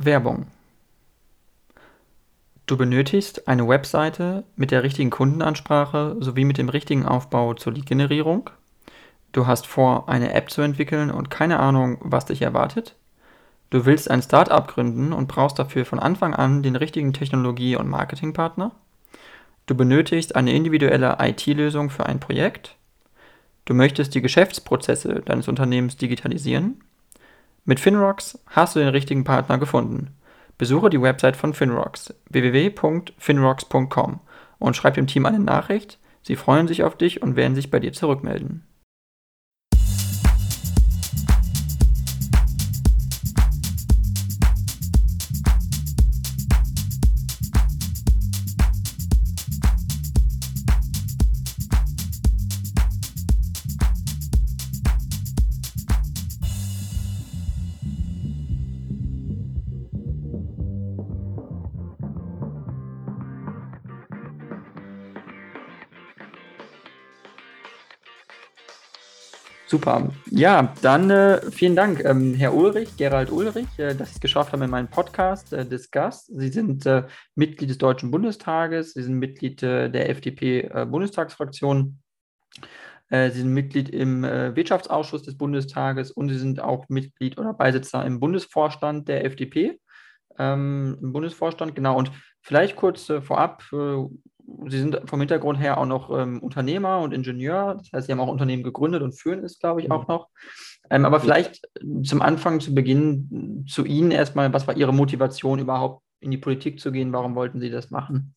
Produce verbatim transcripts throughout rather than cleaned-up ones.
Werbung. Du benötigst eine Webseite mit der richtigen Kundenansprache sowie mit dem richtigen Aufbau zur Lead-Generierung. Du hast vor, eine App zu entwickeln und keine Ahnung, was dich erwartet. Du willst ein Startup gründen und brauchst dafür von Anfang an den richtigen Technologie- und Marketingpartner. Du benötigst eine individuelle I T-Lösung für ein Projekt. Du möchtest die Geschäftsprozesse deines Unternehmens digitalisieren. Mit Finrocks hast du den richtigen Partner gefunden. Besuche die Website von Finrocks w w w punkt finrocks punkt com und schreib dem Team eine Nachricht. Sie freuen sich auf dich und werden sich bei dir zurückmelden. Super. Ja, dann äh, vielen Dank, ähm, Herr Ulrich, Gerald Ulrich, äh, dass Sie es geschafft haben in meinem Podcast äh, Discuss. Sie sind äh, Mitglied des Deutschen Bundestages, Sie sind Mitglied äh, der F D P-Bundestagsfraktion, äh, Sie sind Mitglied im äh, Wirtschaftsausschuss des Bundestages und Sie sind auch Mitglied oder Beisitzer im Bundesvorstand der F D P, ähm, im Bundesvorstand, genau. Und vielleicht kurz äh, vorab, äh, Sie sind vom Hintergrund her auch noch ähm, Unternehmer und Ingenieur. Das heißt, Sie haben auch Unternehmen gegründet und führen es, glaube ich, auch noch. Ähm, aber vielleicht zum Anfang, zu Beginn, zu Ihnen erstmal, was war Ihre Motivation, überhaupt in die Politik zu gehen? Warum wollten Sie das machen?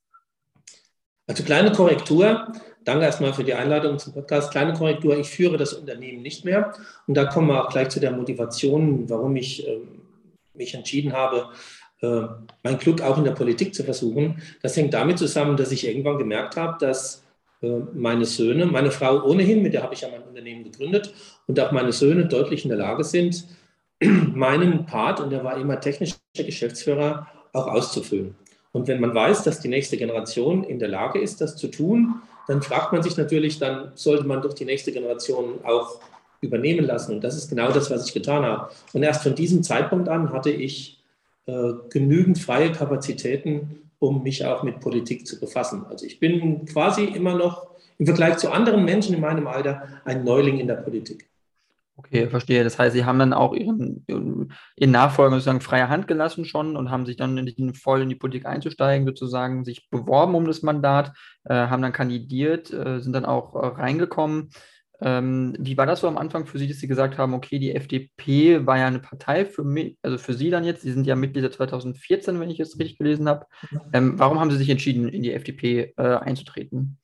Also kleine Korrektur. Danke erstmal für die Einladung zum Podcast. Kleine Korrektur. Ich führe das Unternehmen nicht mehr. Und da kommen wir auch gleich zu der Motivation, warum ich äh, mich entschieden habe, äh, mein Glück auch in der Politik zu versuchen. Das hängt damit zusammen, dass ich irgendwann gemerkt habe, dass äh, meine Söhne, meine Frau ohnehin, mit der habe ich ja mein Unternehmen gegründet, und auch meine Söhne deutlich in der Lage sind, meinen Part, und der war immer technischer Geschäftsführer, auch auszufüllen. Und wenn man weiß, dass die nächste Generation in der Lage ist, das zu tun, dann fragt man sich natürlich, dann sollte man doch die nächste Generation auch übernehmen lassen. Und das ist genau das, was ich getan habe. Und erst von diesem Zeitpunkt an hatte ich äh, genügend freie Kapazitäten, um mich auch mit Politik zu befassen. Also ich bin quasi immer noch im Vergleich zu anderen Menschen in meinem Alter ein Neuling in der Politik. Okay, verstehe. Das heißt, Sie haben dann auch Ihren, Ihren Ihren Nachfolger sozusagen freie Hand gelassen schon und haben sich dann in, voll in die Politik einzusteigen, sozusagen sich beworben um das Mandat, äh, haben dann kandidiert, äh, sind dann auch äh, reingekommen. Ähm, wie war das so am Anfang für Sie, dass Sie gesagt haben, okay, die F D P war ja eine Partei für mich, also für Sie dann jetzt, Sie sind ja Mitglied seit zwanzig vierzehn, wenn ich es richtig gelesen habe. Ähm, warum haben Sie sich entschieden, in die F D P äh, einzutreten?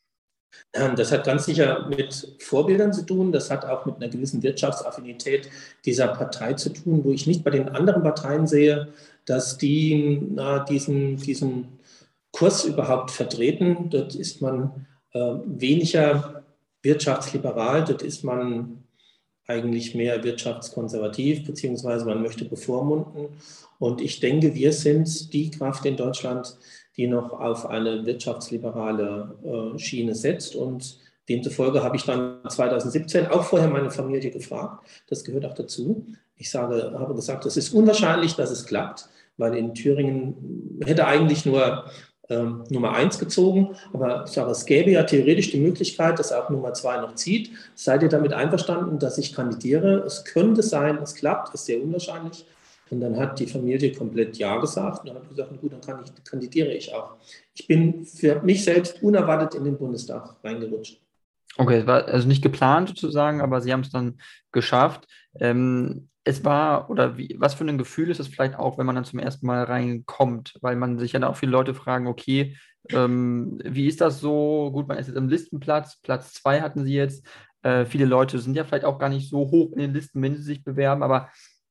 Das hat ganz sicher mit Vorbildern zu tun. Das hat auch mit einer gewissen Wirtschaftsaffinität dieser Partei zu tun, wo ich nicht bei den anderen Parteien sehe, dass die na, diesen, diesen Kurs überhaupt vertreten. Dort ist man äh, weniger wirtschaftsliberal, dort ist man eigentlich mehr wirtschaftskonservativ, beziehungsweise man möchte bevormunden. Und ich denke, wir sind die Kraft in Deutschland, die noch auf eine wirtschaftsliberale äh, Schiene setzt. Und demzufolge habe ich dann zwanzig siebzehn auch vorher meine Familie gefragt. Das gehört auch dazu. Ich sage, habe gesagt, es ist unwahrscheinlich, dass es klappt, weil in Thüringen hätte eigentlich nur ähm, Nummer eins gezogen. Aber ich sage, es gäbe ja theoretisch die Möglichkeit, dass auch Nummer zwei noch zieht. Seid ihr damit einverstanden, dass ich kandidiere? Es könnte sein, es klappt, ist sehr unwahrscheinlich. Und dann hat die Familie komplett Ja gesagt. Und dann habe ich gesagt, gut, dann kann ich, kandidiere ich auch. Ich bin für mich selbst unerwartet in den Bundestag reingerutscht. Okay, es war also nicht geplant sozusagen, aber Sie haben es dann geschafft. Ähm, es war, oder wie, was für ein Gefühl ist es vielleicht auch, wenn man dann zum ersten Mal reinkommt, weil man sich ja dann auch viele Leute fragen, okay, ähm, wie ist das so? Gut, man ist jetzt im Listenplatz, Platz zwei hatten Sie jetzt. Äh, viele Leute sind ja vielleicht auch gar nicht so hoch in den Listen, wenn sie sich bewerben, aber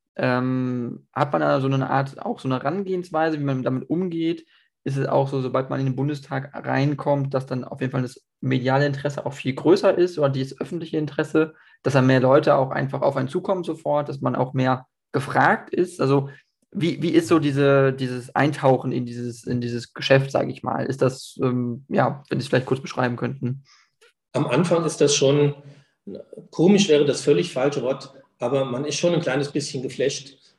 ähm, hat man da so eine Art, auch so eine Herangehensweise, wie man damit umgeht? Ist es auch so, sobald man in den Bundestag reinkommt, dass dann auf jeden Fall das mediale Interesse auch viel größer ist oder dieses öffentliche Interesse, dass dann mehr Leute auch einfach auf einen zukommen sofort, dass man auch mehr gefragt ist? Also wie, wie ist so diese, dieses Eintauchen in dieses, in dieses Geschäft, sage ich mal? Ist das, ähm, ja, wenn Sie es vielleicht kurz beschreiben könnten? Am Anfang ist das schon, komisch wäre das völlig falsche Wort, aber man ist schon ein kleines bisschen geflasht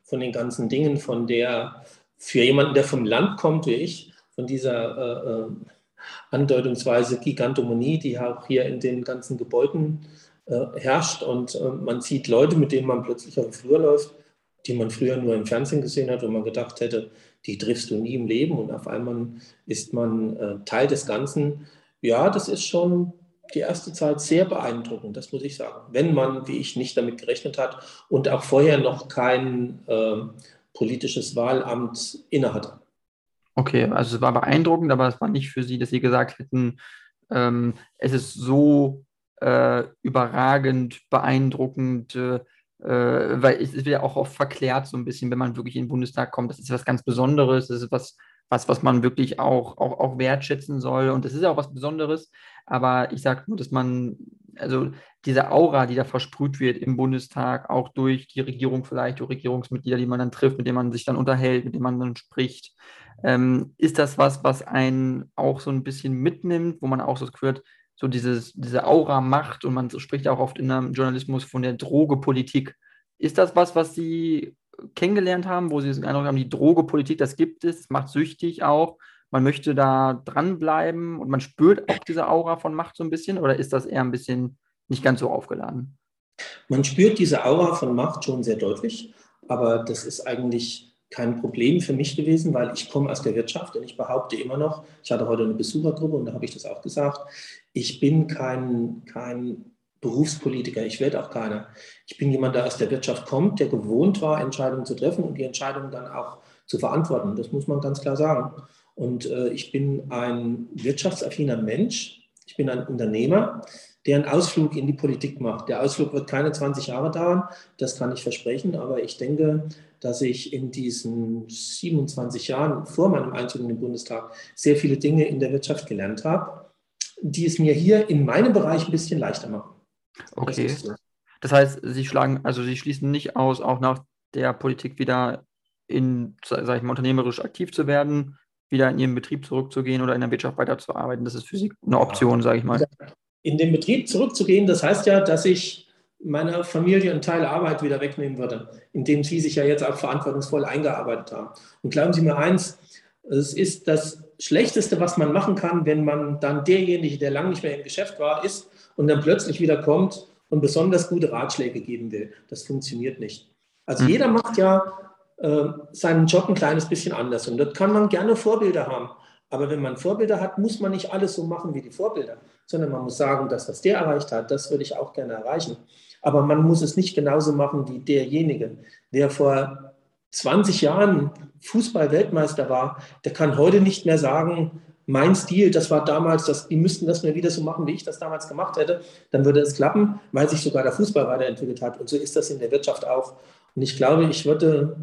von den ganzen Dingen, von der, für jemanden, der vom Land kommt wie ich, von dieser äh, äh, andeutungsweise Gigantomonie, die auch hier in den ganzen Gebäuden äh, herrscht. Und äh, man sieht Leute, mit denen man plötzlich auf den Flur läuft, die man früher nur im Fernsehen gesehen hat, wo man gedacht hätte, die triffst du nie im Leben. Und auf einmal ist man äh, Teil des Ganzen. Ja, das ist schon die erste Zeit sehr beeindruckend, das muss ich sagen. Wenn man, wie ich, nicht damit gerechnet hat und auch vorher noch kein äh, politisches Wahlamt innehatte. Okay, also es war beeindruckend, aber es war nicht für Sie, dass Sie gesagt hätten, ähm, es ist so äh, überragend, beeindruckend, äh, äh, weil es, es wird ja auch oft verklärt so ein bisschen, wenn man wirklich in den Bundestag kommt. Das ist was ganz Besonderes, das ist was, was, was man wirklich auch, auch, auch wertschätzen soll. Und das ist ja auch was Besonderes, aber ich sage nur, dass man, also diese Aura, die da versprüht wird im Bundestag, auch durch die Regierung vielleicht, durch Regierungsmitglieder, die man dann trifft, mit denen man sich dann unterhält, mit denen man dann spricht, ähm, ist das was, was einen auch so ein bisschen mitnimmt, wo man auch so das Gefühl hat, so dieses, diese Aura macht und man spricht ja auch oft in einem Journalismus von der Drogepolitik. Ist das was, was Sie kennengelernt haben, wo Sie den Eindruck haben, die Drogepolitik, das gibt es, es macht süchtig auch, man möchte da dranbleiben und man spürt auch diese Aura von Macht so ein bisschen, oder ist das eher ein bisschen nicht ganz so aufgeladen? Man spürt diese Aura von Macht schon sehr deutlich, aber das ist eigentlich kein Problem für mich gewesen, weil ich komme aus der Wirtschaft und ich behaupte immer noch, ich hatte heute eine Besuchergruppe und da habe ich das auch gesagt, ich bin kein, kein Berufspolitiker, ich werde auch keiner. Ich bin jemand, der aus der Wirtschaft kommt, der gewohnt war, Entscheidungen zu treffen und die Entscheidungen dann auch zu verantworten. Das muss man ganz klar sagen. Und äh, ich bin ein wirtschaftsaffiner Mensch, ich bin ein Unternehmer, der einen Ausflug in die Politik macht. Der Ausflug wird keine zwanzig Jahre dauern, das kann ich versprechen, aber ich denke, dass ich in diesen siebenundzwanzig Jahren vor meinem Einzug in den Bundestag sehr viele Dinge in der Wirtschaft gelernt habe, die es mir hier in meinem Bereich ein bisschen leichter machen. Das Okay. ist so. Das heißt, Sie schlagen, also Sie schließen nicht aus, auch nach der Politik wieder in, sag ich mal, unternehmerisch aktiv zu werden, wieder in Ihren Betrieb zurückzugehen oder in der Wirtschaft weiterzuarbeiten. Das ist für Sie eine Option, sage ich mal. In den Betrieb zurückzugehen, das heißt ja, dass ich meiner Familie einen Teil Arbeit wieder wegnehmen würde, indem Sie sich ja jetzt auch verantwortungsvoll eingearbeitet haben. Und glauben Sie mir eins, es ist das Schlechteste, was man machen kann, wenn man dann derjenige, der lange nicht mehr im Geschäft war, ist und dann plötzlich wieder kommt und besonders gute Ratschläge geben will. Das funktioniert nicht. Also Hm. jeder macht ja äh, seinen Job ein kleines bisschen anders und dort kann man gerne Vorbilder haben. Aber wenn man Vorbilder hat, muss man nicht alles so machen wie die Vorbilder, sondern man muss sagen, das, was der erreicht hat, das würde ich auch gerne erreichen. Aber man muss es nicht genauso machen wie derjenige, der vor zwanzig Jahren Fußball-Weltmeister war, der kann heute nicht mehr sagen, mein Stil, das war damals, das, die müssten das mir wieder so machen, wie ich das damals gemacht hätte, dann würde es klappen, weil sich sogar der Fußball weiterentwickelt hat. Und so ist das in der Wirtschaft auch. Und ich glaube, ich würde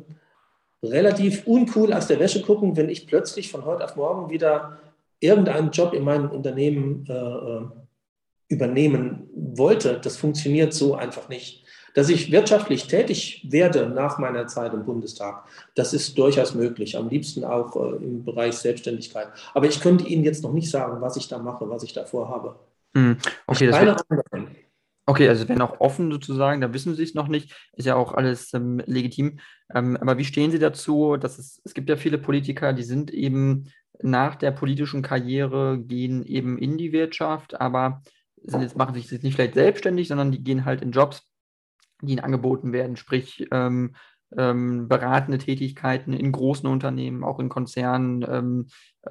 relativ uncool aus der Wäsche gucken, wenn ich plötzlich von heute auf morgen wieder irgendeinen Job in meinem Unternehmen äh, übernehmen wollte. Das funktioniert so einfach nicht. Dass ich wirtschaftlich tätig werde nach meiner Zeit im Bundestag, das ist durchaus möglich, am liebsten auch äh, im Bereich Selbstständigkeit. Aber ich könnte Ihnen jetzt noch nicht sagen, was ich da mache, was ich da vorhabe. Hm. Okay, Ich das keine wäre. Ahnung davon. Okay, also wäre noch offen sozusagen, da wissen Sie es noch nicht, ist ja auch alles ähm, legitim. Ähm, aber wie stehen Sie dazu, dass es, es gibt ja viele Politiker, die sind eben nach der politischen Karriere, gehen eben in die Wirtschaft, aber sind jetzt, machen sich jetzt nicht vielleicht selbstständig, sondern die gehen halt in Jobs, die ihnen angeboten werden, sprich ähm, ähm, beratende Tätigkeiten in großen Unternehmen, auch in Konzernen. Ähm,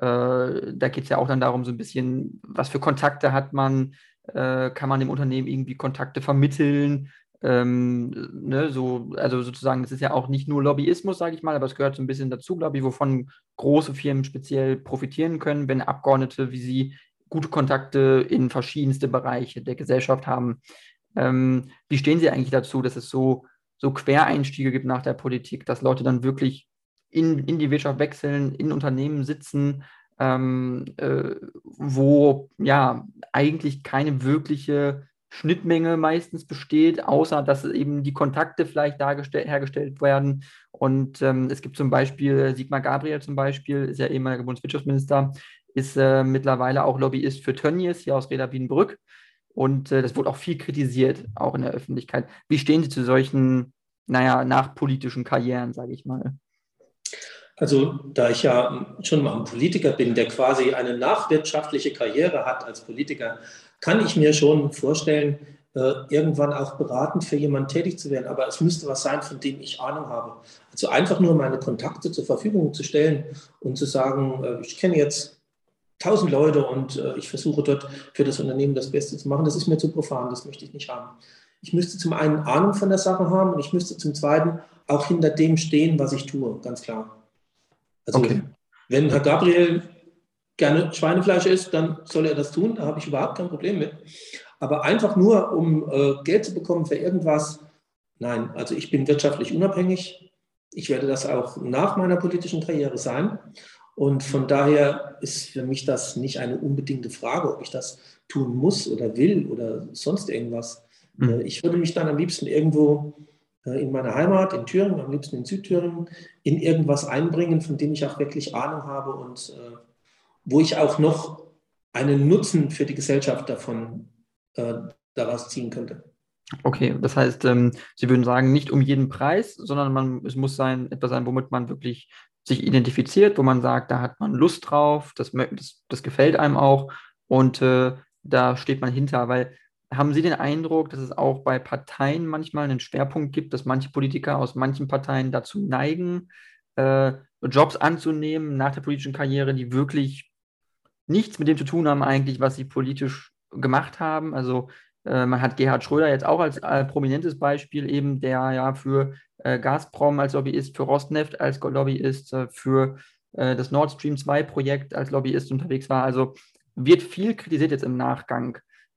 äh, da geht es ja auch dann darum, so ein bisschen, was für Kontakte hat man, äh, kann man dem Unternehmen irgendwie Kontakte vermitteln. Ähm, ne, so, also sozusagen, das ist ja auch nicht nur Lobbyismus, sage ich mal, aber es gehört so ein bisschen dazu, glaube ich, wovon große Firmen speziell profitieren können, wenn Abgeordnete wie Sie gute Kontakte in verschiedenste Bereiche der Gesellschaft haben. Ähm, wie stehen Sie eigentlich dazu, dass es so, so Quereinstiege gibt nach der Politik, dass Leute dann wirklich in, in die Wirtschaft wechseln, in Unternehmen sitzen, ähm, äh, wo ja eigentlich keine wirkliche Schnittmenge meistens besteht, außer dass eben die Kontakte vielleicht dargestell- hergestellt werden. Und ähm, es gibt zum Beispiel Sigmar Gabriel zum Beispiel, ist ja ehemaliger Bundeswirtschaftsminister, ist äh, mittlerweile auch Lobbyist für Tönnies hier aus Reda Wiedenbrück. Und äh, das wurde auch viel kritisiert, auch in der Öffentlichkeit. Wie stehen Sie zu solchen naja, nach politischen Karrieren, sage ich mal? Also da ich ja schon mal ein Politiker bin, der quasi eine nachwirtschaftliche Karriere hat als Politiker, kann ich mir schon vorstellen, äh, irgendwann auch beratend für jemanden tätig zu werden. Aber es müsste was sein, von dem ich Ahnung habe. Also einfach nur meine Kontakte zur Verfügung zu stellen und zu sagen, äh, ich kenne jetzt tausend Leute und äh, ich versuche dort für das Unternehmen das Beste zu machen, das ist mir zu profan, das möchte ich nicht haben. Ich müsste zum einen Ahnung von der Sache haben und ich müsste zum zweiten auch hinter dem stehen, was ich tue, ganz klar. Okay. Also wenn Herr Gabriel gerne Schweinefleisch isst, dann soll er das tun, da habe ich überhaupt kein Problem mit. Aber einfach nur, um äh, Geld zu bekommen für irgendwas, nein, also ich bin wirtschaftlich unabhängig. Ich werde das auch nach meiner politischen Karriere sein. Und von daher ist für mich das nicht eine unbedingte Frage, ob ich das tun muss oder will oder sonst irgendwas. Mhm. Ich würde mich dann am liebsten irgendwo in meiner Heimat, in Thüringen, am liebsten in Südthüringen, in irgendwas einbringen, von dem ich auch wirklich Ahnung habe und äh, wo ich auch noch einen Nutzen für die Gesellschaft davon äh, daraus ziehen könnte. Okay, das heißt, ähm, Sie würden sagen, nicht um jeden Preis, sondern man, es muss sein, etwas sein, womit man wirklich sich identifiziert, wo man sagt, da hat man Lust drauf, das, mö- das, das gefällt einem auch und äh, da steht man hinter. Weil haben Sie den Eindruck, dass es auch bei Parteien manchmal einen Schwerpunkt gibt, dass manche Politiker aus manchen Parteien dazu neigen, äh, Jobs anzunehmen nach der politischen Karriere, die wirklich nichts mit dem zu tun haben eigentlich, was sie politisch gemacht haben. Also äh, man hat Gerhard Schröder jetzt auch als äh, prominentes Beispiel eben, der ja für äh, Gazprom als Lobbyist, für Rosneft als Lobbyist, äh, für äh, das Nord Stream zwei Projekt als Lobbyist unterwegs war. Also wird viel kritisiert jetzt im Nachgang.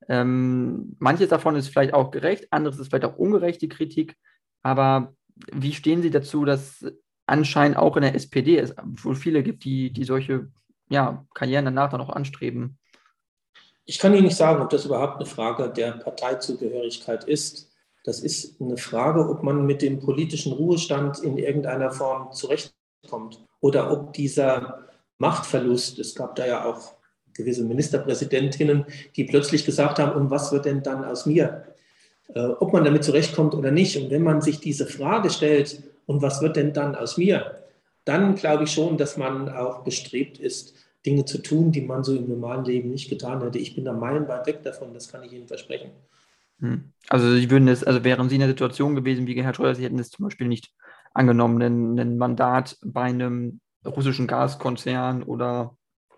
Ähm, manches davon ist vielleicht auch gerecht, anderes ist vielleicht auch ungerechte Kritik. Aber wie stehen Sie dazu, dass anscheinend auch in der S P D es wohl viele gibt, die, die solche ja, Karrieren danach dann auch anstreben? Ich kann Ihnen nicht sagen, ob das überhaupt eine Frage der Parteizugehörigkeit ist. Das ist eine Frage, ob man mit dem politischen Ruhestand in irgendeiner Form zurechtkommt oder ob dieser Machtverlust, es gab da ja auch gewisse Ministerpräsidentinnen, die plötzlich gesagt haben, und was wird denn dann aus mir? Äh, ob man damit zurechtkommt oder nicht. Und wenn man sich diese Frage stellt, und was wird denn dann aus mir? Dann glaube ich schon, dass man auch bestrebt ist, Dinge zu tun, die man so im normalen Leben nicht getan hätte. Ich bin da meilenweit weg davon, das kann ich Ihnen versprechen. Hm. Also Sie würden es, also wären Sie in der Situation gewesen wie Gerhard Schröder, Sie hätten es zum Beispiel nicht angenommen, ein, ein Mandat bei einem russischen Gaskonzern oder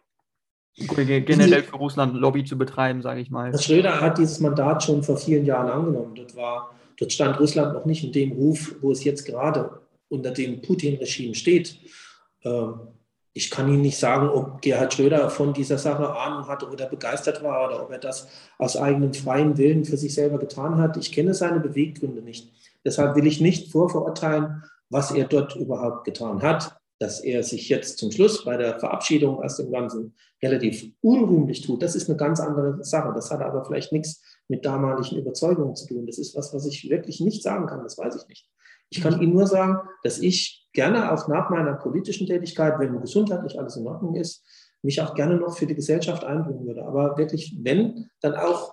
ge- generell für Russland Lobby zu betreiben, sage ich mal. Herr Schröder hat dieses Mandat schon vor vielen Jahren angenommen. Dort, war, dort stand Russland noch nicht in dem Ruf, wo es jetzt gerade unter dem Putin-Regime steht. Ähm, ich kann Ihnen nicht sagen, ob Gerhard Schröder von dieser Sache Ahnung hatte oder begeistert war oder ob er das aus eigenem freien Willen für sich selber getan hat. Ich kenne seine Beweggründe nicht. Deshalb will ich nicht vorverurteilen, was er dort überhaupt getan hat. Dass er sich jetzt zum Schluss bei der Verabschiedung aus dem Ganzen relativ unrühmlich tut, das ist eine ganz andere Sache. Das hat aber vielleicht nichts mit damaligen Überzeugungen zu tun. Das ist was, was ich wirklich nicht sagen kann, das weiß ich nicht. Ich kann Ihnen nur sagen, dass ich gerne auch nach meiner politischen Tätigkeit, wenn gesundheitlich alles in Ordnung ist, mich auch gerne noch für die Gesellschaft einbringen würde. Aber wirklich, wenn, dann auch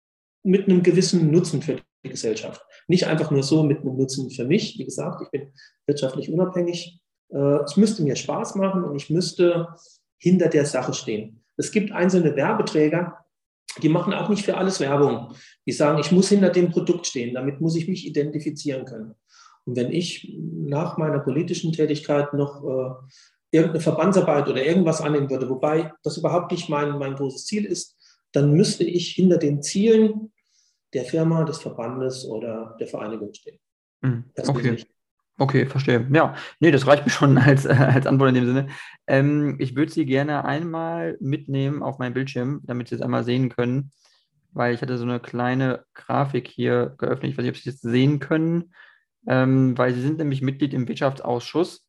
mit einem gewissen Nutzen für die Gesellschaft. Nicht einfach nur so mit einem Nutzen für mich. Wie gesagt, ich bin wirtschaftlich unabhängig. Es müsste mir Spaß machen und ich müsste hinter der Sache stehen. Es gibt einzelne Werbeträger, die machen auch nicht für alles Werbung. Die sagen, ich muss hinter dem Produkt stehen, damit muss ich mich identifizieren können. Und wenn ich nach meiner politischen Tätigkeit noch äh, irgendeine Verbandsarbeit oder irgendwas annehmen würde, wobei das überhaupt nicht mein, mein großes Ziel ist, dann müsste ich hinter den Zielen der Firma, des Verbandes oder der Vereinigung stehen. Hm. Okay. Persönlich. Okay, verstehe. Ja, nee, das reicht mir schon als, äh, als Antwort in dem Sinne. Ähm, ich würde Sie gerne einmal mitnehmen auf meinen Bildschirm, damit Sie es einmal sehen können, weil ich hatte so eine kleine Grafik hier geöffnet. Ich weiß nicht, ob Sie das sehen können, ähm, weil Sie sind nämlich Mitglied im Wirtschaftsausschuss.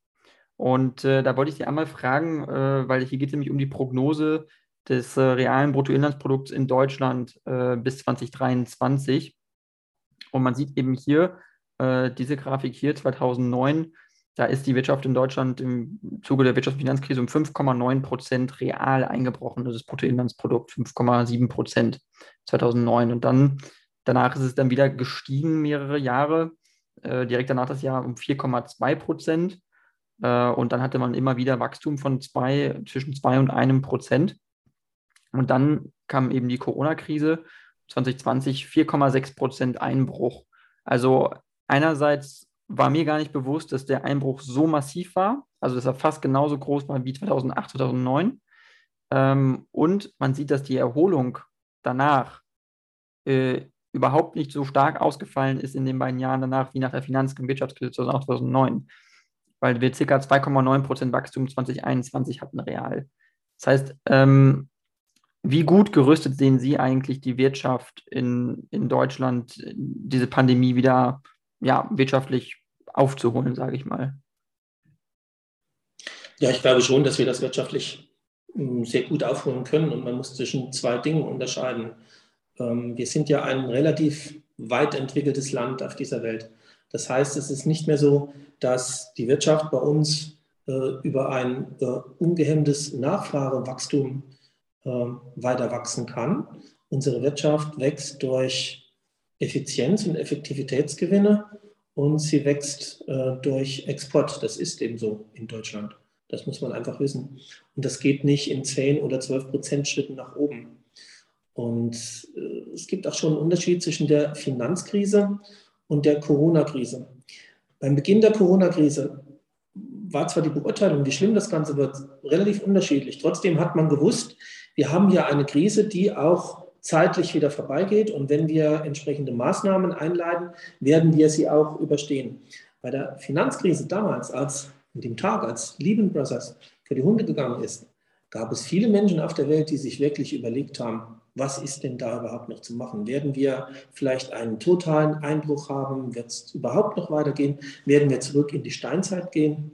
Und äh, da wollte ich Sie einmal fragen, äh, weil hier geht es nämlich um die Prognose des äh, realen Bruttoinlandsprodukts in Deutschland äh, bis zwanzig dreiundzwanzig. Und man sieht eben hier, äh, diese Grafik hier, zweitausendneun, da ist die Wirtschaft in Deutschland im Zuge der Wirtschafts- und Finanzkrise um fünf Komma neun Prozent real eingebrochen. Das ist Bruttoinlandsprodukt, fünf Komma sieben Prozent zweitausendneun. Und dann, danach ist es dann wieder gestiegen mehrere Jahre. äh, direkt danach das Jahr um vier Komma zwei Prozent. Äh, und dann hatte man immer wieder Wachstum von zwei, zwischen zwei und einem Prozent. Und dann kam eben die Corona-Krise, zwanzig zwanzig vier Komma sechs Prozent Einbruch. Also einerseits war mir gar nicht bewusst, dass der Einbruch so massiv war, also dass er fast genauso groß war wie zweitausendacht, zweitausendneun. Ähm, und man sieht, dass die Erholung danach äh, überhaupt nicht so stark ausgefallen ist in den beiden Jahren danach wie nach der Finanz- und Wirtschaftskrise zweitausendacht, zweitausendneun, weil wir ca. zwei Komma neun Prozent Wachstum zwanzig einundzwanzig hatten real. Das heißt, ähm, wie gut gerüstet sehen Sie eigentlich die Wirtschaft in, in Deutschland, diese Pandemie wieder ja, wirtschaftlich aufzuholen, sage ich mal? Ja, ich glaube schon, dass wir das wirtschaftlich mh, sehr gut aufholen können und man muss zwischen zwei Dingen unterscheiden. Ähm, wir sind ja ein relativ weit entwickeltes Land auf dieser Welt. Das heißt, es ist nicht mehr so, dass die Wirtschaft bei uns äh, über ein äh, ungehemmtes Nachfragewachstum äh, weiter wachsen kann. Unsere Wirtschaft wächst durch Effizienz und Effektivitätsgewinne und sie wächst äh, durch Export. Das ist eben so in Deutschland. Das muss man einfach wissen. Und das geht nicht in zehn oder zwölf Prozent Schritten nach oben. Und äh, es gibt auch schon einen Unterschied zwischen der Finanzkrise und der Corona-Krise. Beim Beginn der Corona-Krise war zwar die Beurteilung, wie schlimm das Ganze wird, relativ unterschiedlich. Trotzdem hat man gewusst, wir haben hier eine Krise, die auch zeitlich wieder vorbeigeht. Und wenn wir entsprechende Maßnahmen einleiten, werden wir sie auch überstehen. Bei der Finanzkrise damals, als an dem Tag, als Lehman Brothers für die Hunde gegangen ist, gab es viele Menschen auf der Welt, die sich wirklich überlegt haben, was ist denn da überhaupt noch zu machen? Werden wir vielleicht einen totalen Einbruch haben? Wird es überhaupt noch weitergehen? Werden wir zurück in die Steinzeit gehen?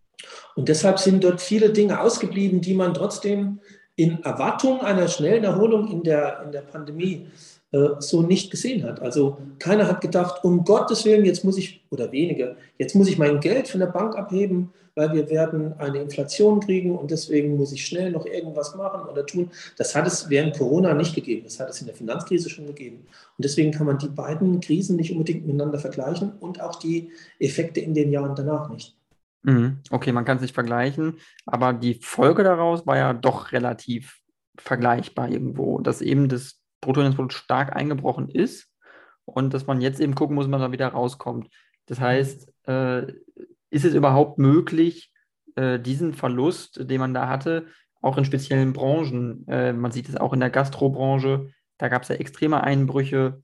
Und deshalb sind dort viele Dinge ausgeblieben, die man trotzdem in Erwartung einer schnellen Erholung in der, in der Pandemie äh, so nicht gesehen hat. Also keiner hat gedacht, um Gottes Willen, jetzt muss ich, oder weniger, jetzt muss ich mein Geld von der Bank abheben, weil wir werden eine Inflation kriegen und deswegen muss ich schnell noch irgendwas machen oder tun. Das hat es während Corona nicht gegeben. Das hat es in der Finanzkrise schon gegeben. Und deswegen kann man die beiden Krisen nicht unbedingt miteinander vergleichen und auch die Effekte in den Jahren danach nicht. Mhm. Okay, man kann es nicht vergleichen, aber die Folge daraus war ja doch relativ vergleichbar irgendwo, dass eben das Bruttoinlandsprodukt stark eingebrochen ist und dass man jetzt eben gucken muss, wie man da wieder rauskommt. Das heißt, äh, ist es überhaupt möglich, äh, diesen Verlust, den man da hatte, auch in speziellen Branchen, äh, man sieht es auch in der Gastrobranche, da gab es ja extreme Einbrüche,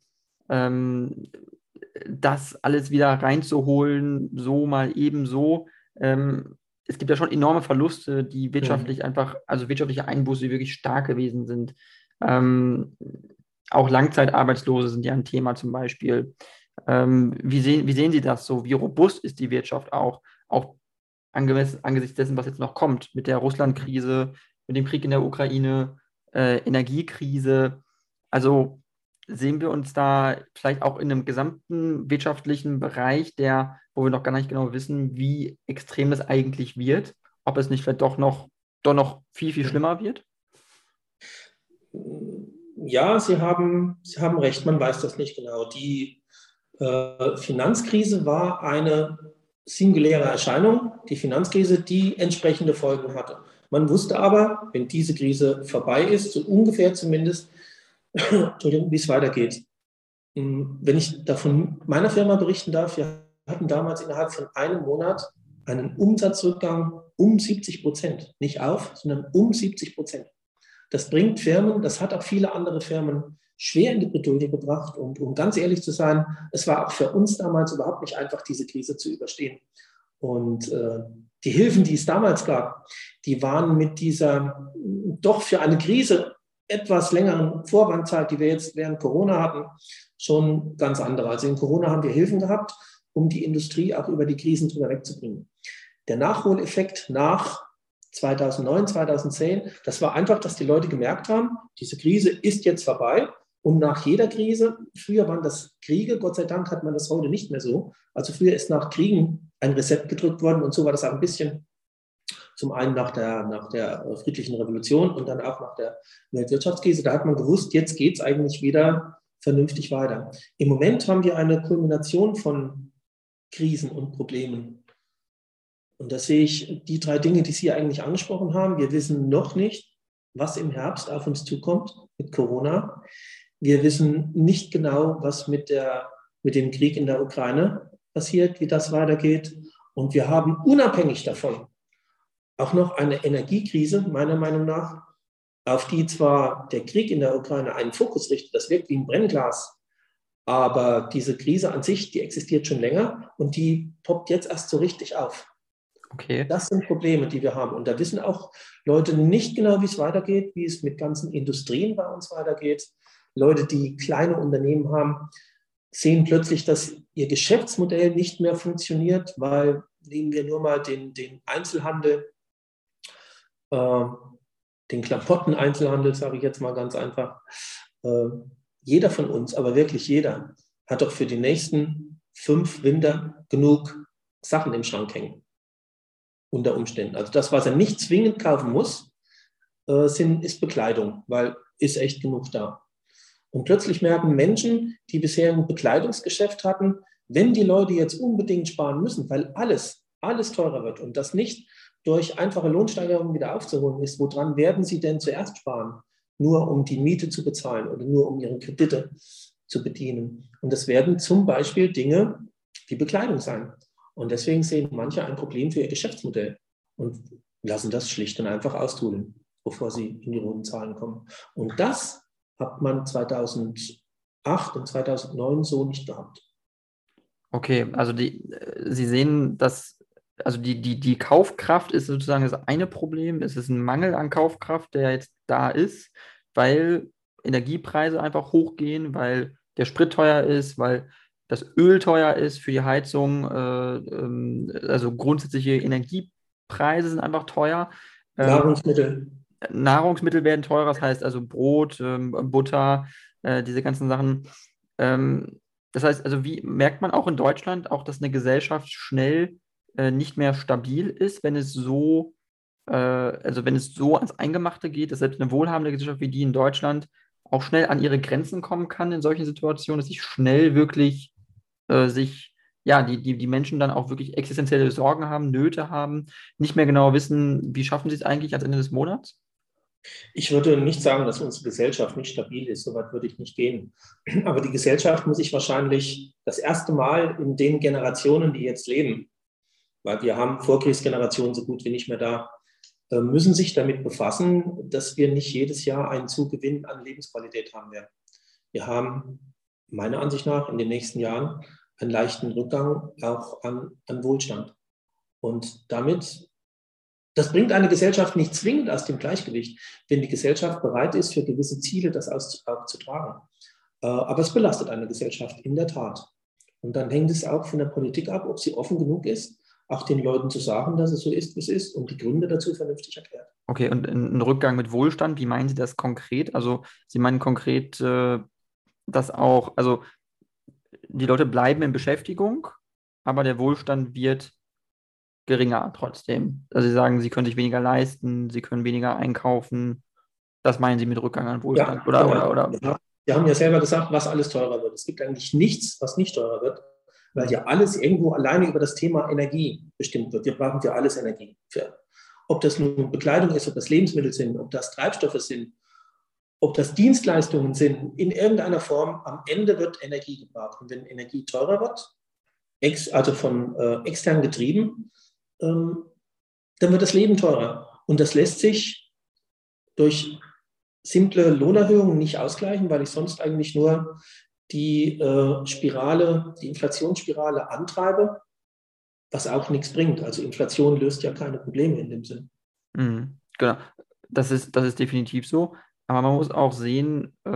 ähm, das alles wieder reinzuholen, so mal eben so. Ähm, es gibt ja schon enorme Verluste, die wirtschaftlich einfach, also wirtschaftliche Einbußen, die wirklich stark gewesen sind. Ähm, auch Langzeitarbeitslose sind ja ein Thema zum Beispiel. Ähm, wie sehen, wie sehen Sie das so? Wie robust ist die Wirtschaft auch, auch angemessen, angesichts dessen, was jetzt noch kommt, mit der Russland-Krise, mit dem Krieg in der Ukraine, äh, Energiekrise? Also sehen wir uns da vielleicht auch in einem gesamten wirtschaftlichen Bereich, der, wo wir noch gar nicht genau wissen, wie extrem es eigentlich wird, ob es nicht vielleicht doch noch, doch noch viel, viel schlimmer wird? Ja, Sie haben, Sie haben recht, man weiß das nicht genau. Die äh, Finanzkrise war eine singuläre Erscheinung, die Finanzkrise, die entsprechende Folgen hatte. Man wusste aber, wenn diese Krise vorbei ist, so ungefähr zumindest, wie es weitergeht. Wenn ich davon meiner Firma berichten darf, wir hatten damals innerhalb von einem Monat einen Umsatzrückgang um siebzig Prozent. Nicht auf, sondern um siebzig Prozent. Das bringt Firmen, das hat auch viele andere Firmen schwer in die Bredouille gebracht. Und um ganz ehrlich zu sein, es war auch für uns damals überhaupt nicht einfach, diese Krise zu überstehen. Und äh, die Hilfen, die es damals gab, die waren mit dieser doch für eine Krise etwas längeren Vorwarnzeit, die wir jetzt während Corona hatten, schon ganz andere. Also in Corona haben wir Hilfen gehabt, um die Industrie auch über die Krisen drüber wegzubringen. Der Nachholeffekt nach zweitausendneun, zweitausendzehn, das war einfach, dass die Leute gemerkt haben, diese Krise ist jetzt vorbei. Und nach jeder Krise, früher waren das Kriege, Gott sei Dank hat man das heute nicht mehr so. Also früher ist nach Kriegen ein Reset gedrückt worden und so war das auch ein bisschen zum einen nach der, nach der friedlichen Revolution und dann auch nach der Weltwirtschaftskrise. Da hat man gewusst, jetzt geht es eigentlich wieder vernünftig weiter. Im Moment haben wir eine Kulmination von Krisen und Problemen. Und da sehe ich die drei Dinge, die Sie eigentlich angesprochen haben. Wir wissen noch nicht, was im Herbst auf uns zukommt mit Corona. Wir wissen nicht genau, was mit, der, mit dem Krieg in der Ukraine passiert, wie das weitergeht. Und wir haben unabhängig davon auch noch eine Energiekrise, meiner Meinung nach, auf die zwar der Krieg in der Ukraine einen Fokus richtet, das wirkt wie ein Brennglas, aber diese Krise an sich, die existiert schon länger und die poppt jetzt erst so richtig auf. Okay. Das sind Probleme, die wir haben. Und da wissen auch Leute nicht genau, wie es weitergeht, wie es mit ganzen Industrien bei uns weitergeht. Leute, die kleine Unternehmen haben, sehen plötzlich, dass ihr Geschäftsmodell nicht mehr funktioniert, weil, nehmen wir nur mal den, den Einzelhandel, äh, den Klamotteneinzelhandel, sage ich jetzt mal ganz einfach. Äh, jeder von uns, aber wirklich jeder, hat doch für die nächsten fünf Winter genug Sachen im Schrank hängen. Unter Umständen. Also das, was er nicht zwingend kaufen muss, äh, sind, ist Bekleidung, weil ist echt genug da. Und plötzlich merken Menschen, die bisher ein Bekleidungsgeschäft hatten, wenn die Leute jetzt unbedingt sparen müssen, weil alles, alles teurer wird und das nicht durch einfache Lohnsteigerungen wieder aufzuholen ist, woran werden sie denn zuerst sparen? Nur um die Miete zu bezahlen oder nur um ihre Kredite zu bedienen. Und das werden zum Beispiel Dinge wie Bekleidung sein. Und deswegen sehen manche ein Problem für ihr Geschäftsmodell und lassen das schlicht und einfach austudeln, bevor sie in die roten Zahlen kommen. Und das hat man zweitausendacht und zweitausendneun so nicht gehabt. Okay, also die, Sie sehen, dass also die, die, die Kaufkraft ist sozusagen das eine Problem. Es ist ein Mangel an Kaufkraft, der jetzt da ist, weil Energiepreise einfach hochgehen, weil der Sprit teuer ist, weil das Öl teuer ist für die Heizung. Äh, ähm, also grundsätzliche Energiepreise sind einfach teuer. Ähm, Nahrungsmittel. Nahrungsmittel werden teurer, das heißt also Brot, ähm, Butter, äh, diese ganzen Sachen. Ähm, das heißt also, wie merkt man auch in Deutschland, auch dass eine Gesellschaft schnell äh, nicht mehr stabil ist, wenn es so, äh, also wenn es so ans Eingemachte geht, dass selbst eine wohlhabende Gesellschaft wie die in Deutschland auch schnell an ihre Grenzen kommen kann in solchen Situationen, dass sich schnell wirklich äh, sich, ja, die, die, die Menschen dann auch wirklich existenzielle Sorgen haben, Nöte haben, nicht mehr genau wissen, wie schaffen sie es eigentlich ans Ende des Monats? Ich würde nicht sagen, dass unsere Gesellschaft nicht stabil ist, so weit würde ich nicht gehen. Aber die Gesellschaft muss sich wahrscheinlich das erste Mal in den Generationen, die jetzt leben, weil wir haben Vorkriegsgenerationen so gut wie nicht mehr da, äh, müssen sich damit befassen, dass wir nicht jedes Jahr einen Zugewinn an Lebensqualität haben werden. Wir haben meiner Ansicht nach in den nächsten Jahren einen leichten Rückgang auch an, an Wohlstand. Und damit, das bringt eine Gesellschaft nicht zwingend aus dem Gleichgewicht, wenn die Gesellschaft bereit ist, für gewisse Ziele das auszutragen. Aber es belastet eine Gesellschaft in der Tat. Und dann hängt es auch von der Politik ab, ob sie offen genug ist, auch den Leuten zu sagen, dass es so ist, wie es ist und die Gründe dazu vernünftig erklärt. Okay, und ein Rückgang mit Wohlstand, wie meinen Sie das konkret? Also Sie meinen konkret, äh, dass auch, also die Leute bleiben in Beschäftigung, aber der Wohlstand wird geringer trotzdem. Also Sie sagen, sie können sich weniger leisten, sie können weniger einkaufen. Das meinen Sie mit Rückgang an Wohlstand? Ja, Oder, oder, genau. oder? Ja. Wir haben ja selber gesagt, was alles teurer wird. Es gibt eigentlich nichts, was nicht teurer wird, weil ja alles irgendwo alleine über das Thema Energie bestimmt wird. Wir brauchen für alles Energie. Für, ob das nun Bekleidung ist, ob das Lebensmittel sind, ob das Treibstoffe sind, ob das Dienstleistungen sind, in irgendeiner Form, am Ende wird Energie gebraucht. Und wenn Energie teurer wird, ex, also von äh, extern getrieben, ähm, dann wird das Leben teurer. Und das lässt sich durch simple Lohnerhöhungen nicht ausgleichen, weil ich sonst eigentlich nur die äh, Spirale, die Inflationsspirale antreibe, was auch nichts bringt. Also Inflation löst ja keine Probleme in dem Sinn. Mhm, genau. Das ist, das ist definitiv so. Aber man muss auch sehen, äh,